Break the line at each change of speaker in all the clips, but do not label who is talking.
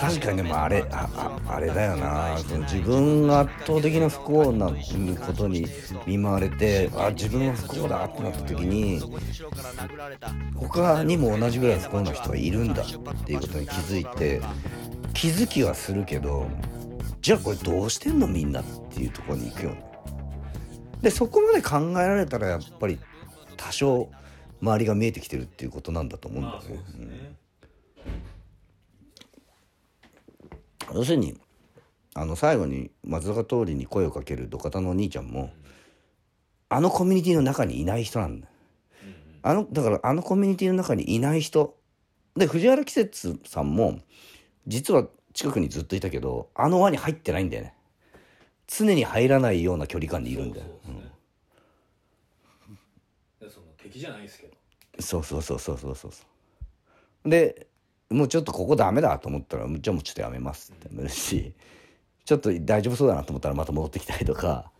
確かに。でもあれだよな、その自分が圧倒的な不幸なことに見舞われて、自分は不幸だってなった時に、他にも同じぐらい不幸な人がいるんだっていうことに気づいて、気づきはするけど、じゃあこれどうしてんのみんなっていうところに行くよね。でそこまで考えられたらやっぱり多少周りが見えてきてるっていうことなんだと思うんだよね。要するに最後に松坂桃李に声をかける土方のお兄ちゃんも、あのコミュニティの中にいない人なんだ。だからあのコミュニティの中にいない人で、藤原季節さんも実は近くにずっといたけど、あの輪に入ってないんだよね。常に入らないような距離感にいるんだよ。
その敵じゃないですけど。
そうで、もうちょっとここダメだと思ったら、じゃあもうちょっとやめますってやめるし、ちょっと大丈夫そうだなと思ったらまた戻ってきたりとか。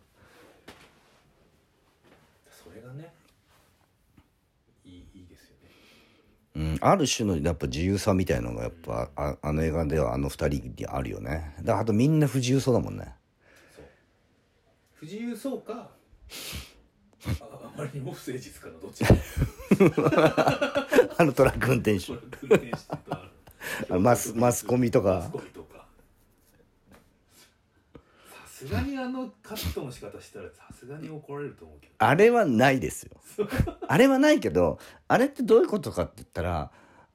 それがね、いいですよね。
ある種のやっぱ自由さみたいのがやっぱ、あの映画ではあの二人にあるよね。だからあとみんな不自由そうだもんね。
そう、不自由そうかあまりにも不誠実かのどっちか
トラック運転手マスコミとか。
さすがにカットの仕方したらさすがに怒られると思うけど。
あれはないですよ。あれはないけど、あれってどういうことかって言ったら、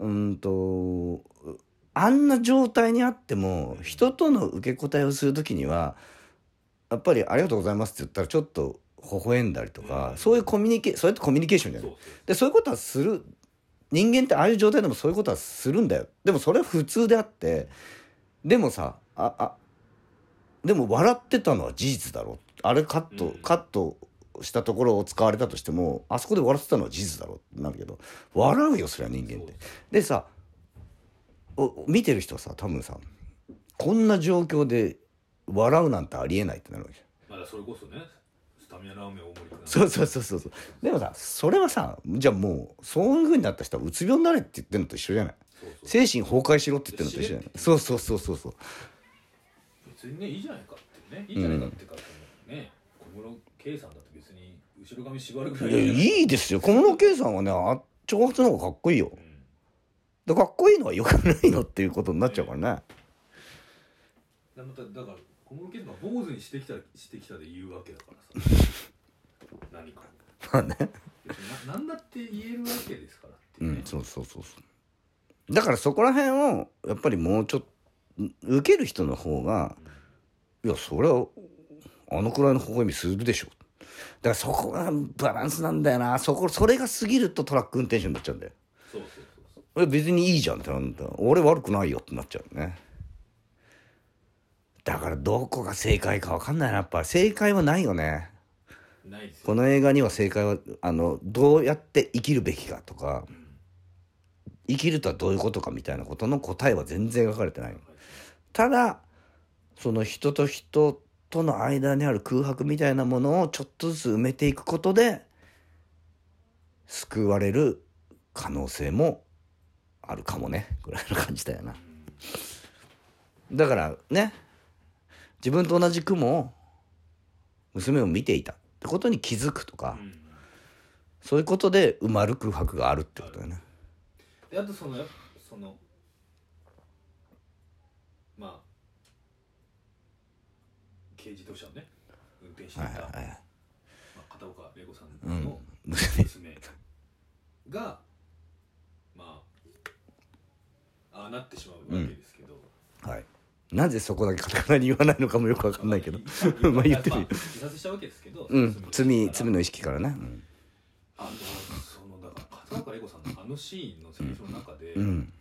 あんな状態にあっても人との受け答えをするときにはやっぱりありがとうございますって言ったらちょっと微笑んだりとか、そういうそうやってコミュニケーションじゃない。でそういうことはする。人間ってああいう状態でもそういうことはするんだよ。でもそれは普通であって、でもさ、でも笑ってたのは事実だろ。あれカットしたところを使われたとしても、あそこで笑ってたのは事実だろってなるけど、笑うよそれは人間って。でさ、見てる人はさ、多分さ、こんな状況で笑うなんてありえないってなるわけじゃん。
まだそれこそね、スタミナラーメン大盛りくらい。
そう。でもさ、それはさ、じゃあもうそういう風になった人はうつ病になれって言ってんのと一緒じゃない。精神崩壊しろって言ってんのと一緒じゃない。そう。
別にね、いいじゃないかってね、いいじゃないかってか、ね、小室圭さんだって別に後ろ髪縛るぐらい。
いいですよ。小室圭さんはね、長髪の方がかっこいいよ。かっこいいのは良くないのっていうことになっちゃうからね。
だから小室圭さんが坊主にしてきたで言うわけだからさ何か
まあね、
なんだって言えるわけですからってね。
そうだからそこら辺をやっぱりもうちょっと受ける人の方が、いやそれはあのくらいの微笑みするでしょ。だからそこがバランスなんだよな。それが過ぎるとトラック運転手になっちゃうんだよ。そう別にいいじゃんってなんだ。俺悪くないよってなっちゃうね。だからどこが正解か分かんないな。やっぱ正解はないよね。
ないですよ。
この映画には正解はどうやって生きるべきかとか、生きるとはどういうことかみたいなことの答えは全然描かれてない。ただその人と人との間にある空白みたいなものをちょっとずつ埋めていくことで救われる可能性もあるかもねぐらいの感じだよな。だからね、自分と同じ雲を娘を見ていたってことに気づくとか、そういうことで埋まる空白があるってことだよね。
であとそのまあ軽自動車をね運転していた、片岡玲子さんの娘がまあなってしまうわけですけど、
なぜそこだけカタカナに言わないのかもよく分かんないけどまあ言ってみる。
自殺したわけですけど、
罪の意識からね。
だから片岡玲子さんのシーンのセリフの中で、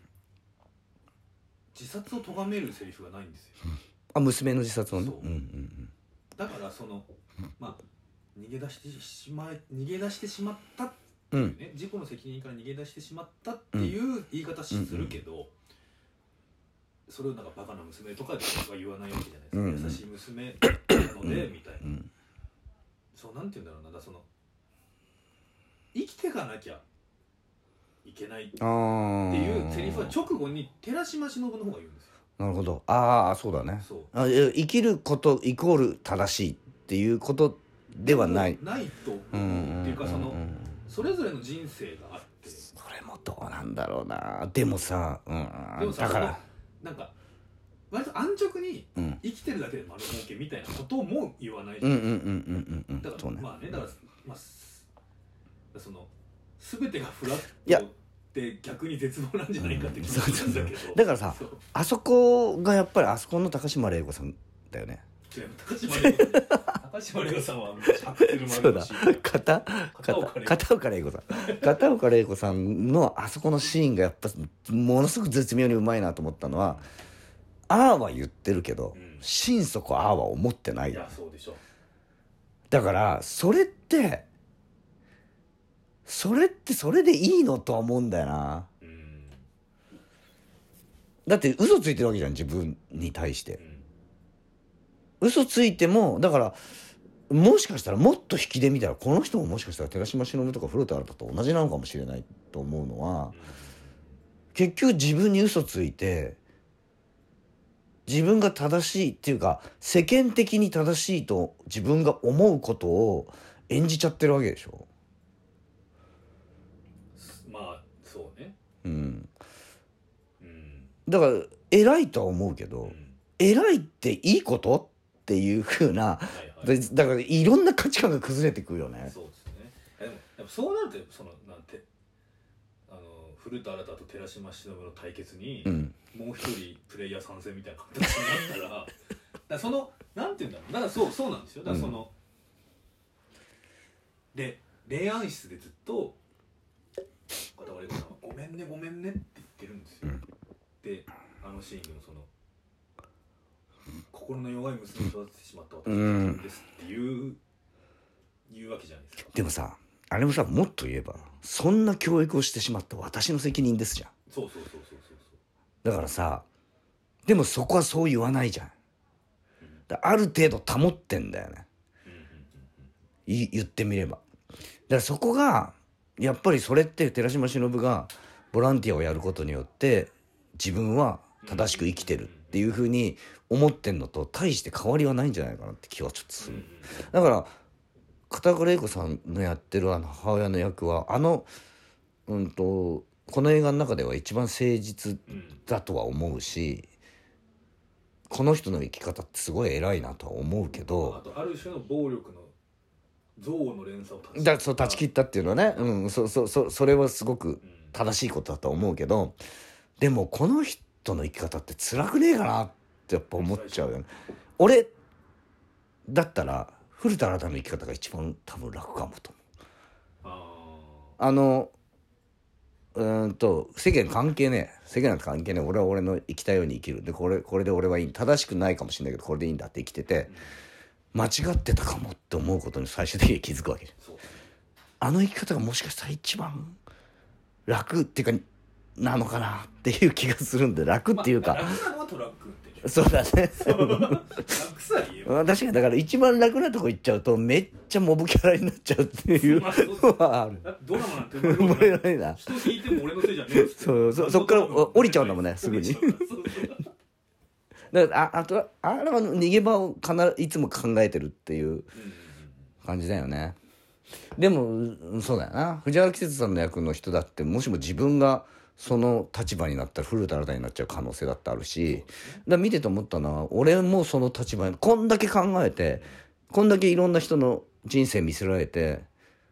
自殺を咎めるセリフがないんですよ。
娘の自殺をね。
だからまあ逃げ出してしまったっていうね、事故の責任から逃げ出してしまったっていう言い方するけど、それをなんかバカな娘とかでは言わないわけじゃないですか。優しい娘なのでみたいな。そうなんて言うんだろうな、生きていかなきゃいけないっていうセリフは直後に寺島しのぶの方が言うんですよ。
なるほど。ああ、そうだね。
そう
生きることイコール正しいっていうことではない。
ないと思うっていうか、それぞれの人生があって、
それもどうなんだろうな。でもさ、
でもさ、
だから
なんか割と安直に生きてるだけで丸儲けみたいなことも言わないじゃん。だからまあね、だからまあその全てがフラットって逆に絶望なんじゃないかって気がするんだけど、
だからさ、あそこがやっぱりあそこの高島礼子さんだよね。
高島礼子さんは
そうだ、片岡礼子さん片岡礼子さんのあそこのシーンがやっぱものすごく絶妙にうまいなと思ったのは、ああは言ってるけど、心底ああは思ってない。
いやそうでしょ。
だからそれってそれでいいのとは思うんだよな。だって嘘ついてるわけじゃん、自分に対して。嘘ついても、だからもしかしたらもっと引きで見たらこの人ももしかしたら寺島しのぶとか古田新太と同じなのかもしれないと思うのは、結局自分に嘘ついて自分が正しいっていうか世間的に正しいと自分が思うことを演じちゃってるわけでしょ。
まあそうね。
だから偉いとは思うけど、偉いっていいことっていう風な、だからいろんな価値観が崩れてくるよね。
そうですね。でもそうなるとなんて古田新太と寺島しのぶの対決に、もう一人プレイヤー参戦みたいな形になったらなんていうんだろう、だからそうなんですよ。だからで霊安室でずっと片割れ子さんはごめんねごめんねって言ってるんですよ。であのシーンでも心の弱い娘を育ててしまった私ですって言うわけじゃないですか。
でもさ、あれもさ、もっと言えばそんな教育をしてしまった私の責任ですじゃん。
そう
だからさ、でもそこはそう言わないじゃん。ある程度保ってんだよね、言ってみれば。だからそこがやっぱりそれって寺島しのぶがボランティアをやることによって自分は正しく生きてるっていう風に思ってんのと大して変わりはないんじゃないかなって気はちょっとする。だから片岡礼子さんのやってる母親の役はこの映画の中では一番誠実だとは思うし、この人の生き方ってすごい偉いなとは思うけど、
あとある種の暴力の憎悪の連鎖を
断ち切ったっていうのはね、それはすごく正しいことだと思うけど、でもこの人の生き方って辛くねえかなってやっぱ思っちゃうよね。俺だったら古田新太の生き方が一番多分楽かもと思う。世間関係ねえ、世間なんて関係ねえ、俺は俺の生きたいように生きる、でこれで俺はいい、正しくないかもしれないけどこれでいいんだって生きてて、間違ってたかもって思うことに最終的に気づくわけじゃん。あの生き方がもしかしたら一番楽っていうかなのかなっていう気がするんで、楽っていうか、
楽なのはトラックって
そうだね
楽さえ言えば
確かに。だから一番楽なとこ行っちゃうとめっちゃモブキャラになっちゃうっていうのはある。
ドラマなんて生まれないな、人聞いても俺のせいじゃねえっつって、
そっから降りちゃうんだもんね、すぐにだからあとあれは逃げ場をいつも考えてるっていう感じだよね。でもそうだよな、藤原季節さんの役の人だってもしも自分がその立場になったら古田新太になっちゃう可能性だってあるし、だから見てて思ったのは、俺もその立場にこんだけ考えて、こんだけいろんな人の人生見せられて、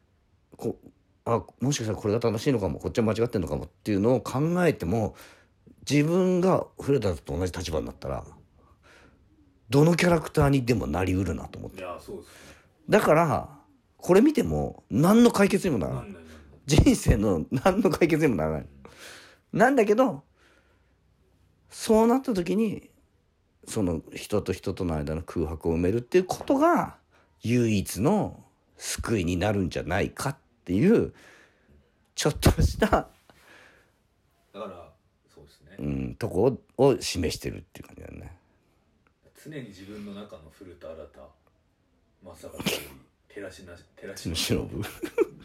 もしかしたらこれが正しいのかも、こっちは間違ってんのかもっていうのを考えても、自分が古田と同じ立場になったらどのキャラクターにでもなりうるなと思って。
いやそうですね。
だからこれ見ても何の解決にもならない、人生の何の解決にもならない、なんだけど、そうなった時にその人と人との間の空白を埋めるっていうことが唯一の救いになるんじゃないかっていうちょっとした
だからそうですね、
とこを示してるっていう感じだよね。
常に自分の中の古田新太、まさかの寺島しのぶ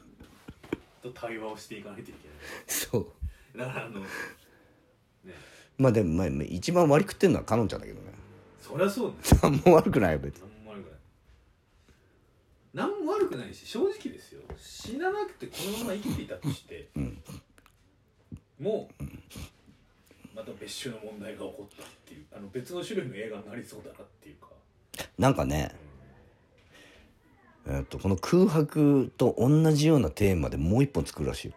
と対話をしていかないといけない。
そう
だからね、
まあでも、まあ、一番割り食ってんのはカノンちゃんだけどね。
そりゃそうね。
何も悪くないよ別に。
何も悪くないし、正直ですよ、死ななくてこのまま生きていたとして、もうまた別種の問題が起こったっていう、別の種類の映画になりそうだなっていうか。
なんかね、この空白と同じようなテーマでもう一本作るらしいよ。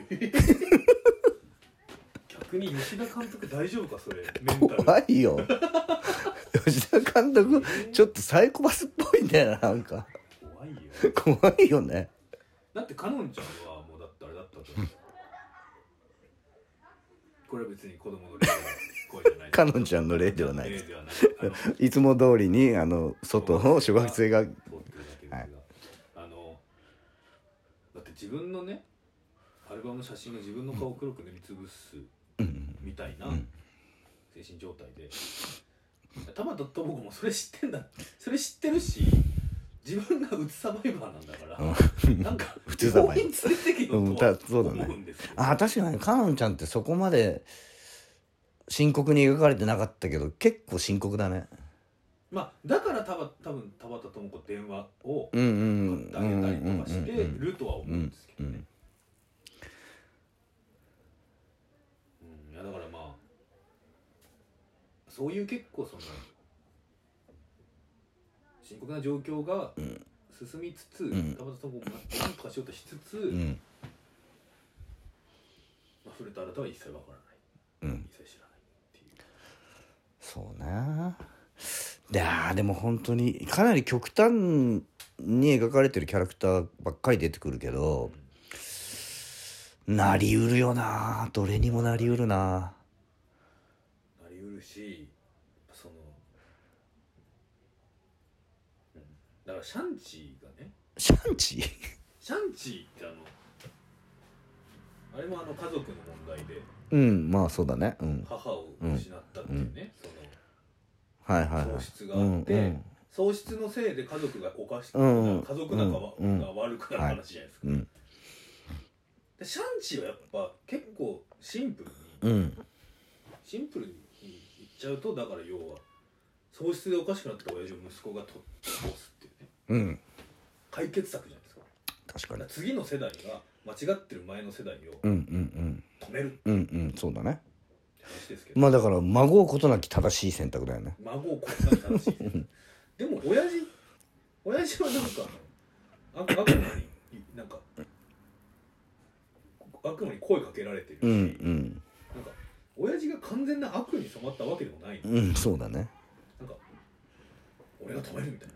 逆に吉田監督大丈夫かそれ、メンタル。
怖いよ。吉田監督ちょっとサイコパスっぽいんだよな、なんか。
怖いよ。
怖いよね。
だってカノンちゃんはもうだってあれだったと思う。これは別に子供の例じゃない。
カノンちゃんの例ではないです。いつも通りに外の小学生が、はい、
だって自分のねアルバムの写真が自分の顔を黒く塗りつぶすみたいな精神状態で、田畑智子もそれ知ってんだ、それ知ってるし、自分がうつサバイバーなんだから、なんか病院連れてけよとは思うんですよ。
あ、確かにカノンちゃんってそこまで深刻に描かれてなかったけど結構深刻だね。
まあだから多分田畑智子電話を買ってあげたりとかしてるとは思うんですけどね。いやだからまあそういう結構その深刻な状況が進みつつ、田畑智子が何とかしようとしつつ、まあ、古田新太は一切わからない、一切知らないっていう。
そうね。でも本当にかなり極端に描かれてるキャラクターばっかり出てくるけど、なりうるよな、どれにもなりうるな。
なりうるし、その、だからシャンチーがね、
シャンチー
ってあれも家族の問題で、
まあそうだね、
母を失ったっていうね、その喪失があって、喪失のせいで家族がおかしくなる、家族仲が悪くなる話じゃないですか。でシャンチーはやっぱ結構シンプルに言っちゃうと、だから要は喪失でおかしくなった親父を息子が取り戻すっていうね、解決策じゃないですか。
確かに
次の世代が間違ってる前の世代を止める、
そうだね。
話ですけど、
まあだから孫うことなき正しい選択だよね。
孫うことなき正しいでも親父はなんか悪魔になんか悪魔に声かけられてるし、なんか親父が完全な悪に染まったわけでもないの。
そうだね。なんか
俺が止めるみたいな。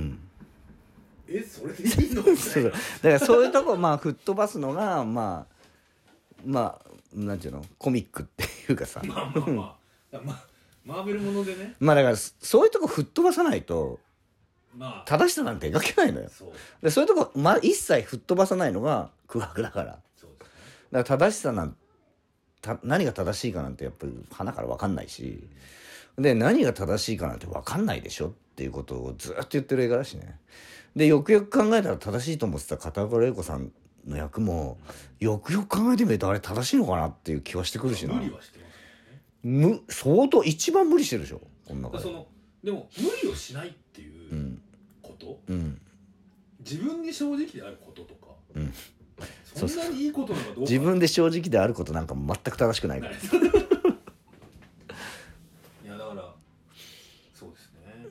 それでいいの？
だからそういうとこ吹っ飛ばすのがまあなんていうの、コミックっていうかさ、
マーベルものでね。
だからそういうとこ吹っ飛ばさないと正しさなんて描けないのよ。そういうとこ一切吹っ飛ばさないのが空白だから。だから正しさ何が正しいかなんてやっぱり鼻から分かんないし、で何が正しいかなんて分かんないでしょっていうことをずっと言ってる映画だしね。でよくよく考えたら正しいと思ってた片岡玲子さんの役もよくよく考えてみるとあれ正しいのかなっていう気はしてくるしな。
無理はしてますよね。
相当一番無理してるでしょこんな
でも無理をしないっていうこと、自分に正直であることとか、そんなにいいことなのかどうか。
自分で正直であることなんか全く正しくないから。い
やだからそうですね。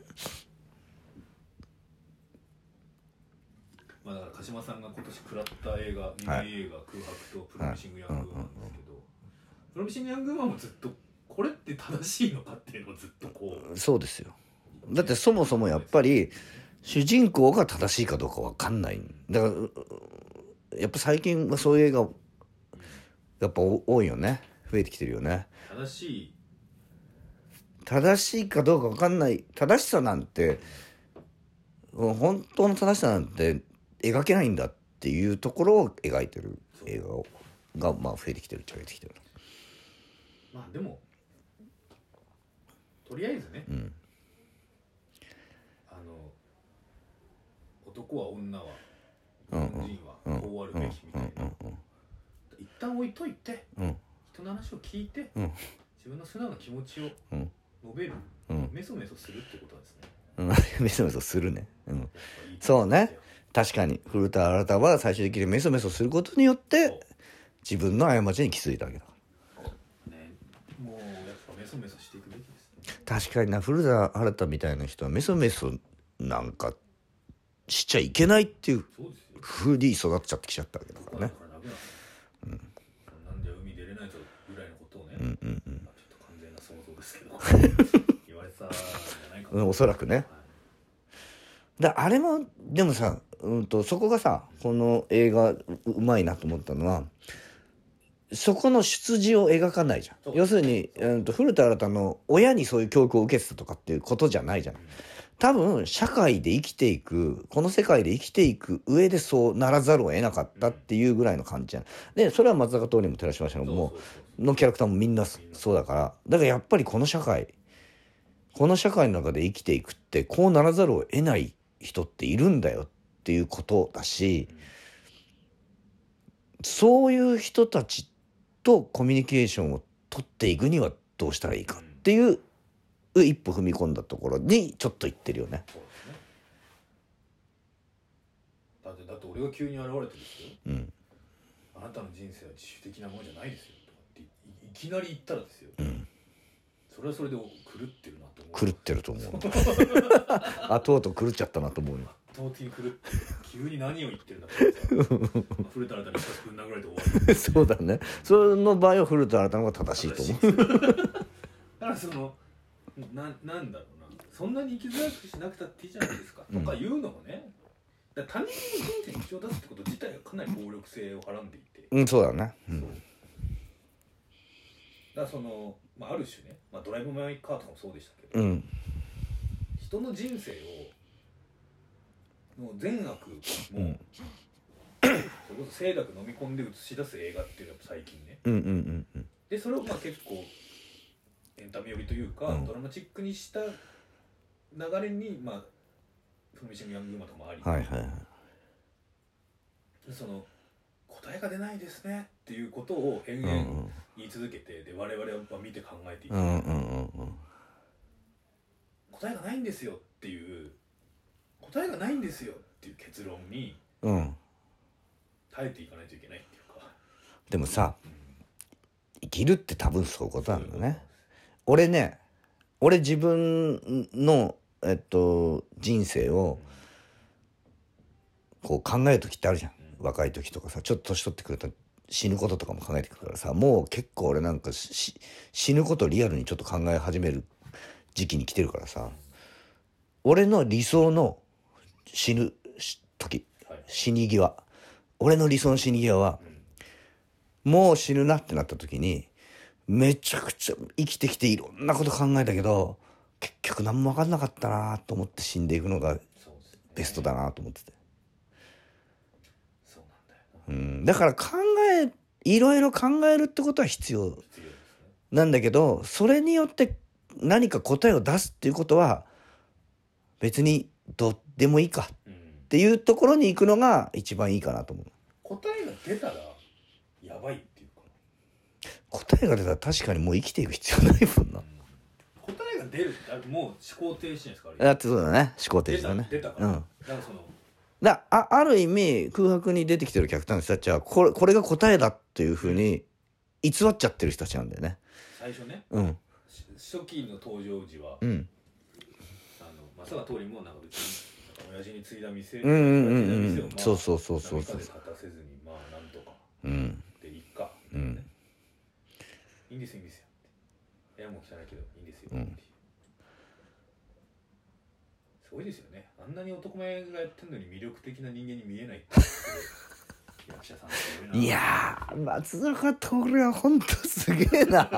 だから鹿島さんが今年食らった映画、2名映画、空白とプロミシング・ヤング・ウーマンですけど、プロミシング・ヤング・ウーマンもずっとこれって正しいのかっていうのをずっとこう。
そうですよ。だってそもそもやっぱり主人公が正しいかどうか分かんない。だからやっぱ最近はそういう映画やっぱ多いよね。増えてきてるよね。正しいかどうか分かんない。正しさなんて本当の正しさなんて描けないんだっていうところを描いてる映画が増えてきてるっちゃ増えてきてる。
でもとりあえずね、男は女は日本人はこうあるべきみたいな、一旦置いといて、人の話を聞いて、自自分の素直な気持ちを
うん
述べる、
うん
メソメソするってことですね。
うんメソメソするね。うん。
やっぱいい
そうね。確かに古田新太は最終的にメソメソすることによって自分の過ちに気づいたわけだ。
ね、もうやっぱメソメソしていくべきですね。
確かにな、古田新太みたいな人はメソメソなんかしちゃいけないっていう
そうですよ。
風に育っちゃってきちゃったわけだからね。
だから楽なんですよ。なんで海出れないとぐらいのことをね、
うんうんうん。
まあちょっと完全な想像ですけど言われてたんじゃないかな。
おそらくね。
はい
あれもでもさ、そこがさ、この映画うまいなと思ったのは、そこの出自を描かないじゃん。
そう
要するに、古田新太の親にそういう教育を受けてたとかっていうことじゃないじゃん。多分社会で生きていく、この世界で生きていく上でそうならざるを得なかったっていうぐらいの感じじゃん。でそれは松坂桃李も寺島しのぶも
そうそうそう
のキャラクターもみんなそうだから、だからやっぱりこの社会の中で生きていくってこうならざるを得ない人っているんだよっていうことだし、そういう人たちとコミュニケーションを取っていくにはどうしたらいいかっていう一歩踏み込んだところにちょっと言ってるよね。
そうですね。だって俺が急に現れてですよ、
うん
あなたの人生は自主的なものじゃないですよとかっていきなり言ったらですよ、
うん
それはそれで狂ってるなと思う。
狂ってると思う後々狂っちゃったなと思うよ。
圧倒的に狂ってる。急に何を言ってるんだってさ古田新太に2つぶん殴られて終わる
そうだね。その場合は古田新太の方が正しいと思う。
だからそのなんだろうな、そんなに生きづらくしなくたっていいじゃないですか、とか言うのもね、だから他人の人生に口を出すってこと自体がかなり暴力性をはらんでいて、
うん、そうだね。う
そうんだからその、まあ、ある種ね、まあ、ドライブ・マイ・カーとかもそうでしたけど、
うん
人の人生をの善悪も、それこそ清濁飲み込んで映し出す映画っていうのは最近ね、
うんうんうんうん
でそれをまあ結構エンタメ寄りというか、
うん
ドラマチックにした流れにまあフミシン・ヤングマとかもあり、
はいはいはい。
その答えが出ないですねっていうことを延
うん
々言い続けて、で我々は見て考えていく、
うんうんうん
答えがないんですよっていう、答えがないんですよっていう結論に
うんうん。
耐えていかないといけないっていうか、
でもさ、生きるって多分そういうことなんだね。
そういう
俺自分の人生をこう考える時ってあるじゃん。若い時とかさ、ちょっと年取ってくると死ぬこととかも考えてくるからさ、もう結構俺なんか死ぬことをリアルにちょっと考え始める時期に来てるからさ、俺の理想の死ぬ時、
はい
死に際、俺の理想の死に際は、もう死ぬなってなった時に、めちゃくちゃ生きてきていろんなこと考えたけど、結局何も分かんなかったなと思って死んでいくのが
そうですよね、
ベストだなと思ってて。
そうなんだよな、
だからいろいろ考えるってことは必要
必要ですね。
なんだけど、それによって何か答えを出すっていうことは別にどうでもいいかっていうところに行くのが一番いいかなと思う。
答えが出たらやばいっていうか、
答えが出たら確かにもう生きていく必要ないもんな。
答えが出るってもう思考停止じゃないですか、あれ
だってそうだね、思考停止だね。
出たから、
うん。
だからその
ある意味空白に出てきてるキャラクターの人たちはこれが答えだっていうふうに偽っちゃってる人たちなんだよね。
最初ね、
うん
初期の登場時は、
うん
松坂桃李もなんか別に親父に継いだ店、
うんうんうんうん
継いだ店をまあ
そうそうそうそうそう
波風立たせずにまあなんとか
うん
でいいか、
うん
いいんですよいいんですよ、部屋も汚いけどいいんですよ、
うん
っていうすごいですよね、あんなに男前がやってんのに魅力的な人間に見えないって役者さんすごいな。
いやー、松坂桃李はほんとすげえな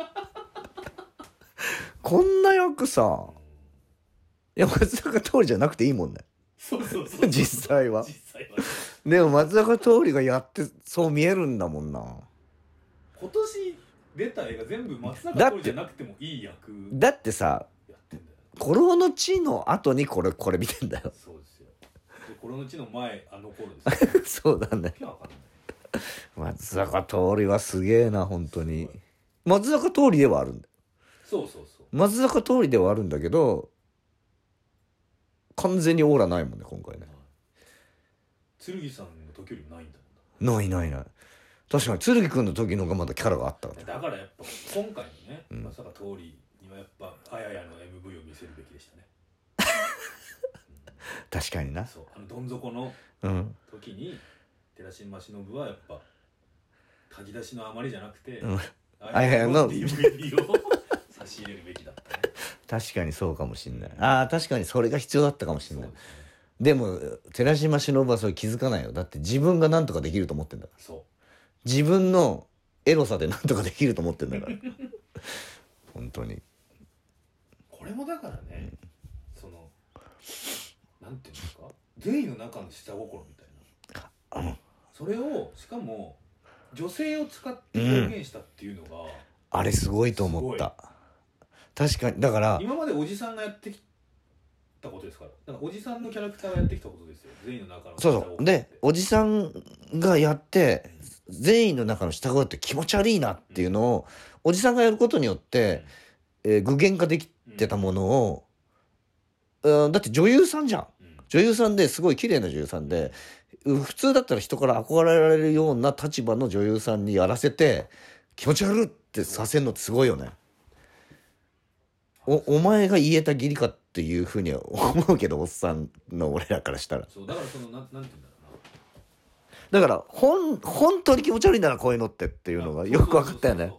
こんな役さ、いや松坂桃李じゃなくていいもんね
そうそうそう
実際は。
実際は
でも松坂桃李がやってそう見えるんだもんな。
今年出た映画全部松坂桃李じゃなくてもいい役
だってさ、
やってんだよ。
古老の地の後にこれ見てんだよ
そうですよ。でこの地の前あの頃ですよ。
そうだね。
わけわかんない。
松坂桃李はすげえな本当に。 松坂通りではあるんだよ。
そうそうそう。
松坂通りではあるんだけど完全にオーラないもんね今回ね。
剣さんの時よりないんだもん。
ないないない。確かに剣くんの時のがまだキャラがあったから。
だからやっぱ今回のね、まさか通りにはやっぱあややの MV を見せるべきでしたね。
確かにな。
そうどん底の
うん
時に寺島しのぶはやっぱ書き出しのあまりじゃなくて、
あややの
DVD を差し入れるべきだったね。
確かにそうかもしんない。ああ確かにそれが必要だったかもしんない。
そうですね。
でも寺島しのぶはそれ気づかないよ。だって自分が何とかできると思ってんだから。
そう。
自分のエロさで何とかできると思ってんだから本当に。
これもだからね、そのなんていうんですか、善意の中の下心みたいな、それをしかも女性を使って表現したっていうのが、
あれすごいと思った。確かにだから
今までおじさんがやってきたことですから、だからおじさんのキャラクターがやってきたことですよ、善意の中の下心。
そうそうでおじさんがやって善意の中の下心って気持ち悪いなっていうのを、おじさんがやることによって、具現化できてたものを、だって女優さんじゃん、女優さんですごい綺麗な女優さんで、普通だったら人から憧れられるような立場の女優さんにやらせて気持ち悪いってさせるのってすごいよね。お前が言えた義理かっていうふうには思うけど、おっさんの俺らからしたら。
そうだからそのなんて言うんだろ
だから本当に気持ち悪いんだなこういうのってっていうのがよく分かったよね。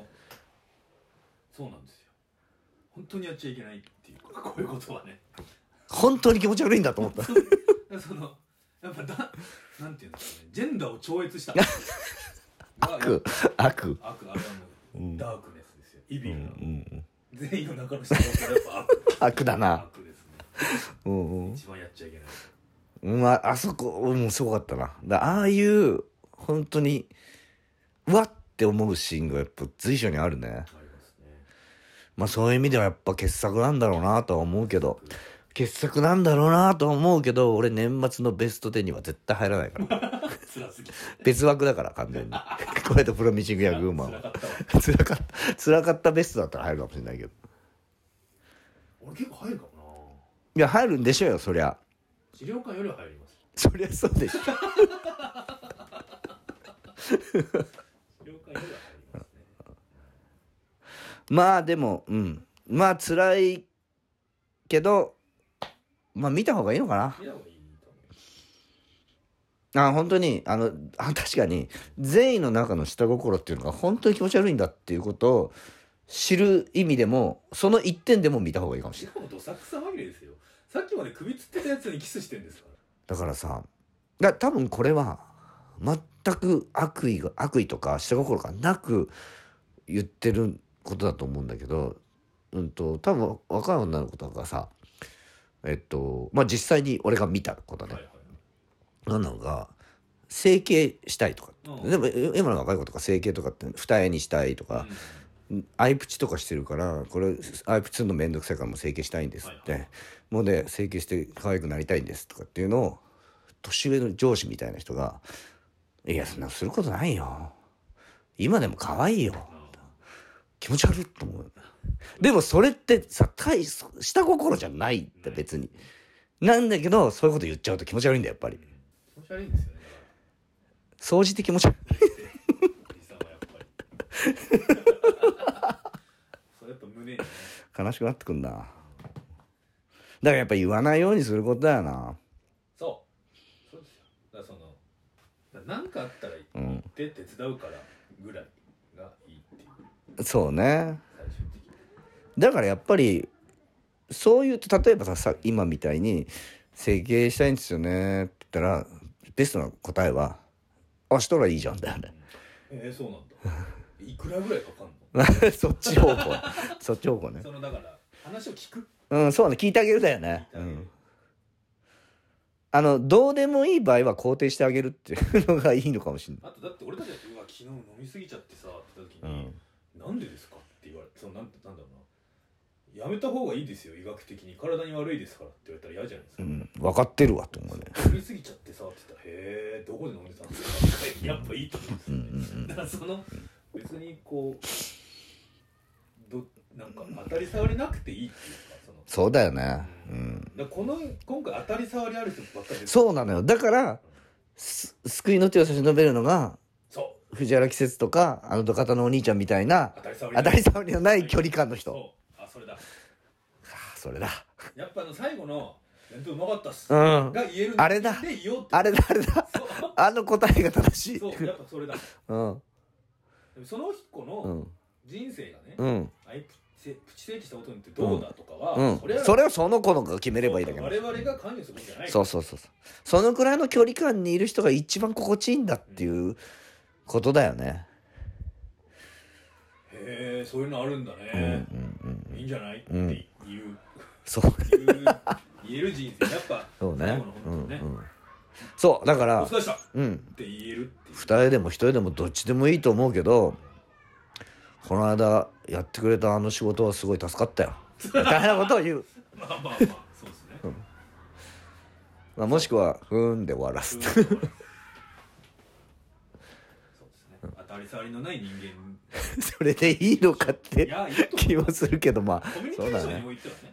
そうなんですよ。本当にやっちゃいけないっていうこういうことはね、
本当に気持ち悪いんだと思った
そのやっぱなんていうんですかね、ジェンダーを超越した
悪
あれはもうダークネスですよ、イビルな、善意の中の下心はやっぱ
悪だな。
悪ですね。
うん
一番やっちゃいけない。
あそこもうすごかったな。ああいう本当にうわって思うシーンがやっぱ随所にあるね。
ありますね。
まあそういう意味ではやっぱ傑作なんだろうなとは思うけど、俺年末のベスト10には絶対入らないから
辛すぎ
別枠だから完全にこうやってプロミシングやグーマンは辛かったベストだったら入るかもしれないけど、
俺結構入るかもな。
いや入るんでしょうよそりゃ。
資料館よりは入ります。
そりゃそうでしょ
資料館よりは入りますね。
まあでもまあ辛いけどまあ見た方がいいのかな。
見た方がいいと思う。
本当に確かに善意の中の下心っていうのが本当に気持ち悪いんだっていうことを知る意味でもその一点でも見た方がいいかもしれない。
しかもどさくさまみれですよ。さっきまで首つってたやつにキスしてんですから。
だからさ多分これは全く悪意とか下心がなく言ってることだと思うんだけど、多分若い女の子とかさまあ実際に俺が見たことね、なんなのか整形したいとか、でも今の若い子とか整形とかって二重にしたいとか、アイプチとかしてるからこれアイプチするのめんどくさいからもう整形したいんですって、もうで整形して可愛くなりたいんですとかっていうのを年上の上司みたいな人がいやそんなすることないよ今でも可愛いよ気持ち悪いと思う。でもそれってさ下心じゃないって別になんだけどそういうこと言っちゃうと気持ち悪いんだよやっぱり。
気持ち悪いんですよね。
総じて気持ち悪い
それやっぱ胸にね
悲しくなってくんだ。だからやっぱ言わないようにすることだよな。
そうですよ。だから何かあったら言って手伝うからぐらいがいいっていう。
そうね。
最終的に
だからやっぱりそういう例えばさ今みたいに整形したいんですよねって言ったらベストな答えはしたらいいじゃんだよね。
そうなんだ。いくらぐらいかかんの
そっち方向ね。
だから話を聞く。
そうね聞いてあげるだよね。どうでもいい場合は肯定してあげるっていうのがいいのかもしれない。
あとだって俺たちは昨日飲みすぎちゃってさって言った時に、なんでですかって言われてなんだろうな、やめた方がいいですよ医学的に体に悪いですからって言われたら嫌じゃないですか。
分かってるわと思うね。
飲みすぎちゃってさって言ったらへえどこで飲んでたんですかってやっぱいいと思うんですよね。だから別にこうなんか当たり障りなくていいっていうか
そうだよね。
だ今回当たり障りある人ばっかり
そうなのよ。だから、救いの手を差し伸べるのが、藤原季節とか、土方のお兄ちゃんみたいな、当たり障りのない距離感の人。
そう。それだ。
それだ。
やっぱ最後の、弁当うまかったっす。が言える
あれだ。あれだ。答えが正しい。
そう、やっぱそれだ。その子の人生がね、プチ整形したことによってどうだとかは、
それはその子のが決めればいいだけど。
我々が関与することじゃない。
そう。そのくらいの距離感にいる人が一番心地いいんだっていうことだよね。
へえ、そういうのあるんだね。いいんじゃないっていう。
そう。
言える人生。やっぱ、
そうね。
ね。
そう、だから、
お疲れしたって言えるっていう。
二人でも一人でもどっちでもいいと思うけど、この間やってくれた仕事はすごい助かったよ。みたいなことを言う。
まあ、そうですね。
もしくは、で終わらす。
そうですね。当たり障りのない人間。
それでいいのかって気もするけど、まあ、
コミュニケーションにおいてはね。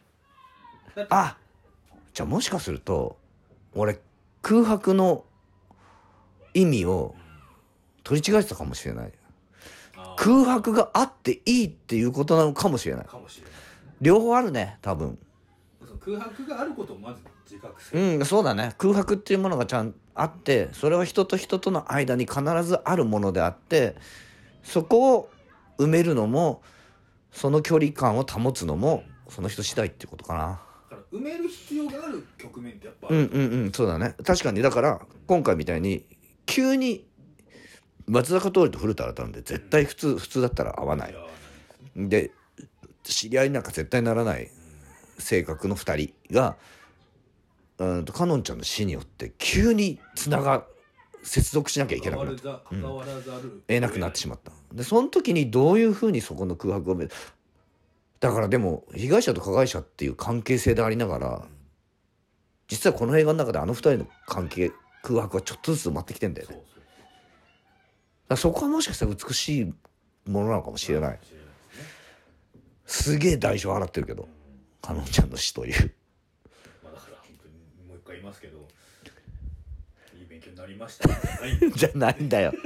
じゃあもしかすると、俺、空白の意味を取り違えてたかもしれない。空白があっていいっていうことなのかもしれない。両方あるね、多分。
空白があることをまず自覚する。
そうだね。空白っていうものがちゃんあって、それは人と人との間に必ずあるものであって、そこを埋めるのも、その距離感を保つのも、その人次第ってことかな。
だから埋める必要がある局面ってやっぱ
そうだね。確かに、だから今回みたいに急に松坂桃李と古田新太なんで絶対普通だったら合わない。で、知り合いなんか絶対ならない性格の二人がかのんちゃんの死によって急に接続しなきゃいけなくなった得なくなってしまった。でその時にどういうふうにそこの空白をだからでも被害者と加害者っていう関係性でありながら、実はこの映画の中で二人の空白はちょっとずつ埋まってきてんだよね。そこはもしかしたら美しいものなのかもしれない。すげえ代償払ってるけど、かのんちゃんの死という。
だから本当にもう一回言いますけど、いい勉強になりました
じゃないんだよ。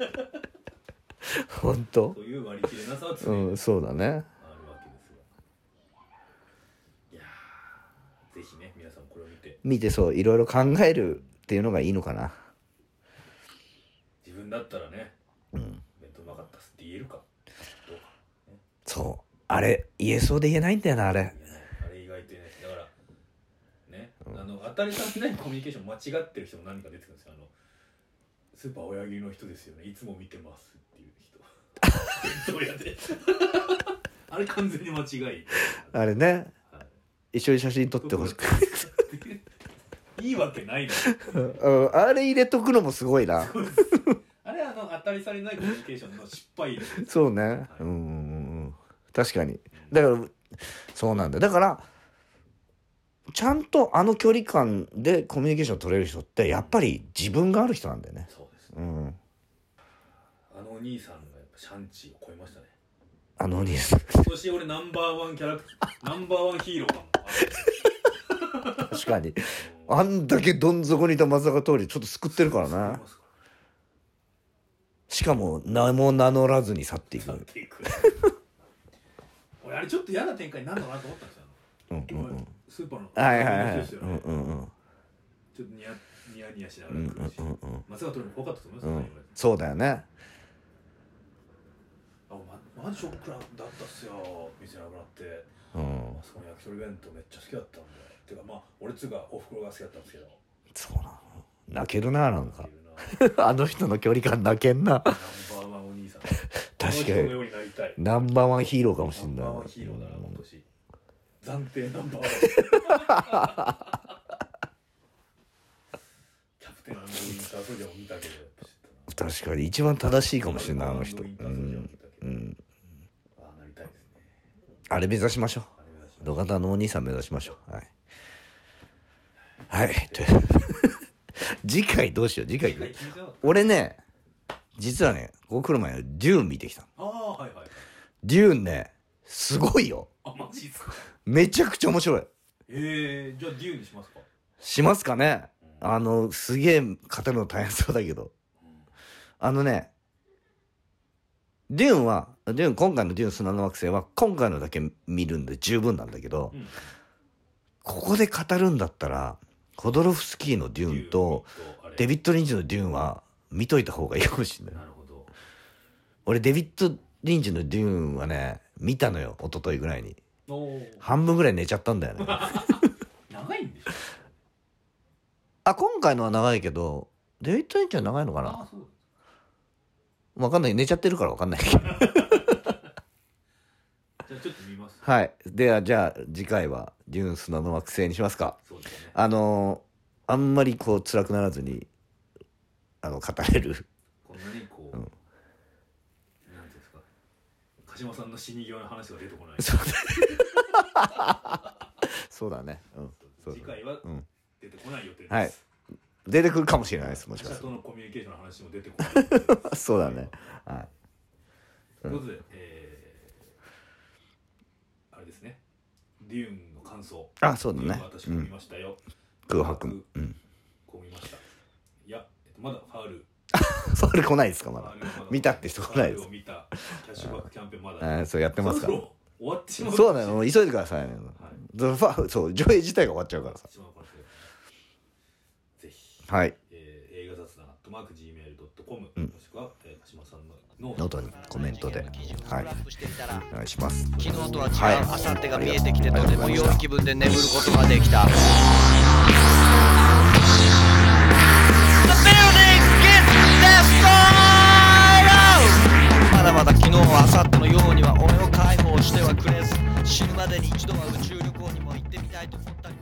本当。
そういう割り切れなさは常に
そうだね。
あるわけですが、いやぜひね皆さんこれを見て
そういろいろ考えるっていうのがいいのかな。
自分だったらね、弁当うまかったっすって言えるかどうか、ね、
そうあれ言えそうで言えないんだよな。あれ
意外と言えないです。だからね、当たり障りないコミュニケーション間違ってる人も何か出てくるんですよ。スーパー親木の人ですよね、いつも見てますっていう人弁当屋であれ完全に間違い。
あれね、一緒に写真撮ってほしく
いいわけないの
あれ入れとくのもすごいな。
あれ当たり障りないコミュニケーションの失敗です。
そうね、確かに。だからそうなんだ。だからちゃんと距離感でコミュニケーション取れる人ってやっぱり自分がある人なんだよね。
そうですね。お兄さんがやっぱシャンチーを超えましたね。
お兄さん。
今年俺ナンバーワンキャラクター、ナンバーワンヒーローかも。
確かに。あんだけどん底にいた松坂桃李ちょっと救ってるからな。しかも名も名乗らずに去っていく。
俺あれちょっと嫌な展開になるのかなと思ったんですよ。スーパーのちょっとニヤニヤしながら来るし、松坂桃李も怖かったと思いますね。
そうだよね。
マジショックだったっすよ、店なくなって。その焼き鳥弁当めっちゃ好きだったんで、てか俺つうかおふくろが好きだったんですけど。
そうなの。泣けるな、なんかあの人の距離感泣けんな。
ナンバーワンお兄さん。確かに
ナンバーワンヒーローかもしんない。
ナンバーワンヒーローだな、今年暫定ナンバーワンキャプテン&ウィンターソルジャーも見たけど、
確かに一番正しいかもしれない、あの人。
なりたいですね。
あれ目指しましょう。土方のお兄さん目指しましょう。はい。次回どうしよう。次回俺ね、実はね、ここ来る前デューン見てきた。
デ
デューンね、 すごいよ。
あ、マジっすか。
めちゃくちゃ面白い。
じゃあデューンにしますか。
しますかね。
うん、
すげえ語るの大変そうだけど、デューン今回のデューン砂の惑星は今回のだけ見るんで十分なんだけど、
うん、
ここで語るんだったらホドロフスキーのデューンとデビッド・リンチのデューンは見といた方がいいかもしれない。
なるほど。
俺デビッド・リンチのデューンはね見たのよ、一昨日ぐらいに。半分ぐらい寝ちゃったんだよね。
長いんでしょ。
今回のは長いけどデビッド・リンチは長いのかな。
そう
分かんない、寝ちゃってるから分かんないけど。
じゃあちょっと見ます。
はい。ではじゃあ次回はデューン砂の惑星にしますか。
そうですね。
あんまりこう辛くならずに語れる。
こんなにこう、なんていうんですか、鹿島さんの死に際の話が出てこない。
そうだね。
次回は出てこない予定です。
はい。出てくるかもしれないです。もしか
他
したら。
者とのコミュニケーションの話も出てこない。
そうだね。はい。
ということで、あれですね。デューンの感想。
そうだね。
私も見ましたよ。
空白。
こう見ました。いや、まだファウル。
ファウル来ないですかまだ。見たって人来ないです。
ファウルを見たキャッシュバックキャンペーンまだ。
そうやってますから。
終わってしまう。
そうだよ。もう急いでくださいね。そう上映自体が終わっちゃうからさ。ぜひ。はい。
映画雑談@gmail.com もしくは鹿島さんの
ノートにコメントで、はい、お願いします。
昨日とは違う明後日が見えてきて、とても良い気分で眠ることができた。まだまだ昨日は明後日のようには俺を解放してはくれず、死ぬまでに一度は宇宙旅行にも行ってみたいと思ったり